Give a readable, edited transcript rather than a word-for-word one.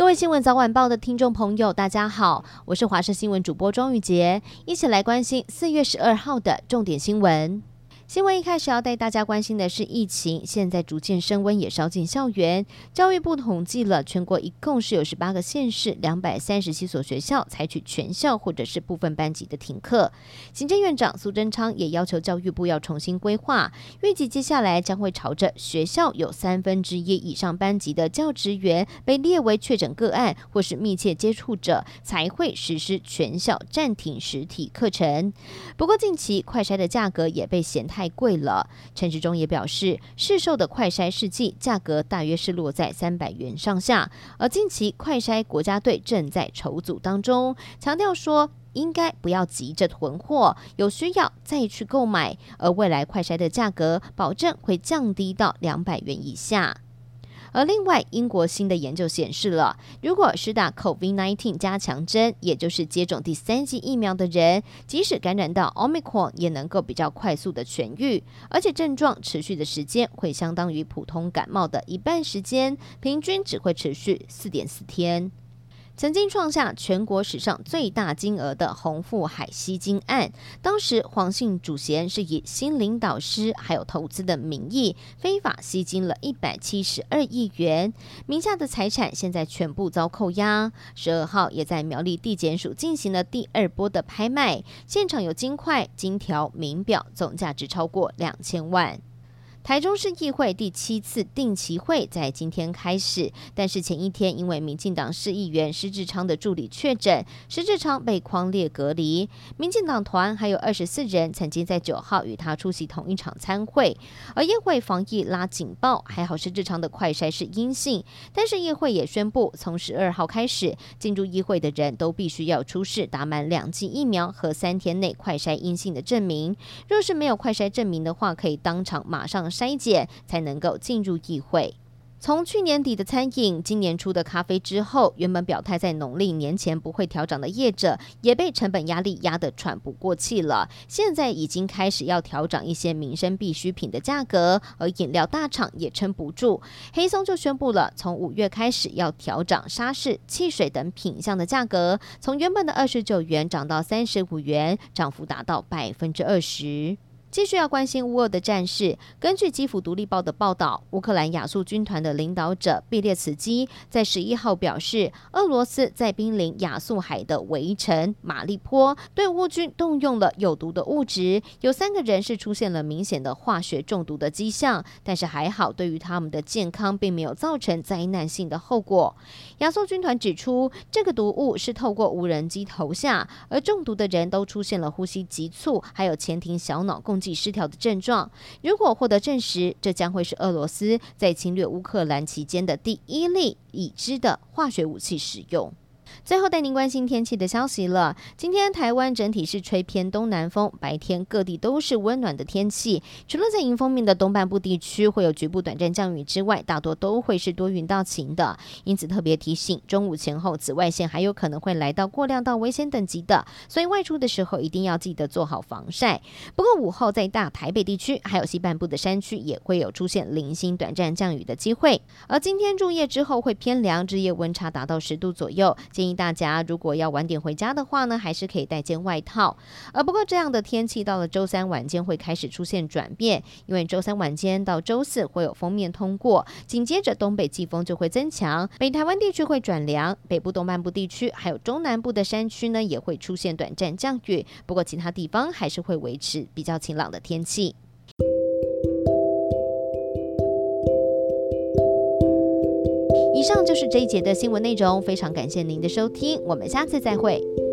各位新闻早晚报的听众朋友，大家好，我是华视新闻主播庄玉洁，一起来关心4月12号的重点新闻。新闻一开始要带大家关心的是疫情，现在逐渐升温，也烧进校园。教育部统计了，全国一共是有18个县市237所学校采取全校或者是部分班级的停课。行政院长苏贞昌也要求教育部要重新规划，预计接下来将会朝着学校有1/3以上班级的教职员被列为确诊个案或是密切接触者，才会实施全校暂停实体课程。不过近期快筛的价格也被嫌太贵了。陈时中也表示，市售的快筛试剂价格大约是落在300元上下，而近期快筛国家队正在筹组当中，强调说应该不要急着囤货，有需要再去购买，而未来快筛的价格保证会降低到200元以下。而另外，英国新的研究显示了，如果施打 COVID-19 加强针，也就是接种第3剂疫苗的人，即使感染到 Omicron 也能够比较快速的痊愈，而且症状持续的时间会相当于普通感冒的1半时间，平均只会持续4.4天。曾经创下全国史上最大金额的红富海吸金案，当时黄姓主嫌是以心灵导师还有投资的名义，非法吸金了172亿元，名下的财产现在全部遭扣押。12号也在苗栗地检署进行了第2波的拍卖，现场有金块、金条、名表，总价值超过2000万。台中市议会第7次定期会在今天开始，但是前一天因为民进党市议员施志昌的助理确诊，施志昌被匡列隔离。民进党团还有24人曾经在9号与他出席同一场参会，而议会防疫拉警报，还好施志昌的快筛是阴性，但是议会也宣布，从12号开始，进入议会的人都必须要出示打满2剂疫苗和3天内快筛阴性的证明，若是没有快筛证明的话，可以当场马上筛检才能够进入议会。从去年底的餐饮，今年初的咖啡之后，原本表态在农历年前不会调涨的业者，也被成本压力压得喘不过气了。现在已经开始要调涨一些民生必需品的价格，而饮料大厂也撑不住。黑松就宣布了，从5月开始要调涨沙士、汽水等品项的价格，从原本的29元涨到35元，涨幅达到20%。继续要关心乌俄的战事。根据基辅独立报的报道，乌克兰亚速军团的领导者毕列茨基在11号表示，俄罗斯在濒临亚速海的围城马利坡对乌军动用了有毒的物质，有3个人是出现了明显的化学中毒的迹象，但是还好，对于他们的健康并没有造成灾难性的后果。亚速军团指出，这个毒物是透过无人机投下，而中毒的人都出现了呼吸急促，还有前庭小脑共济失调的症状。如果获得证实，这将会是俄罗斯在侵略乌克兰期间的第1例已知的化学武器使用。最后带您关心天气的消息了。今天台湾整体是吹偏东南风，白天各地都是温暖的天气，除了在迎风面的东半部地区会有局部短暂降雨之外，大多都会是多云到晴的。因此特别提醒，中午前后紫外线还有可能会来到过量到危险等级的，所以外出的时候一定要记得做好防晒。不过午后在大台北地区还有西半部的山区也会有出现零星短暂降雨的机会。而今天入夜之后会偏凉，日夜温差达到10度左右，建议大家如果要晚点回家的话呢，还是可以带件外套。不过这样的天气到了周3晚间会开始出现转变，因为周3晚间到周4会有锋面通过，紧接着东北季风就会增强，北台湾地区会转凉，北部东半部地区还有中南部的山区呢也会出现短暂降雨，不过其他地方还是会维持比较晴朗的天气。以上就是这一节的新闻内容，非常感谢您的收听，我们下次再会。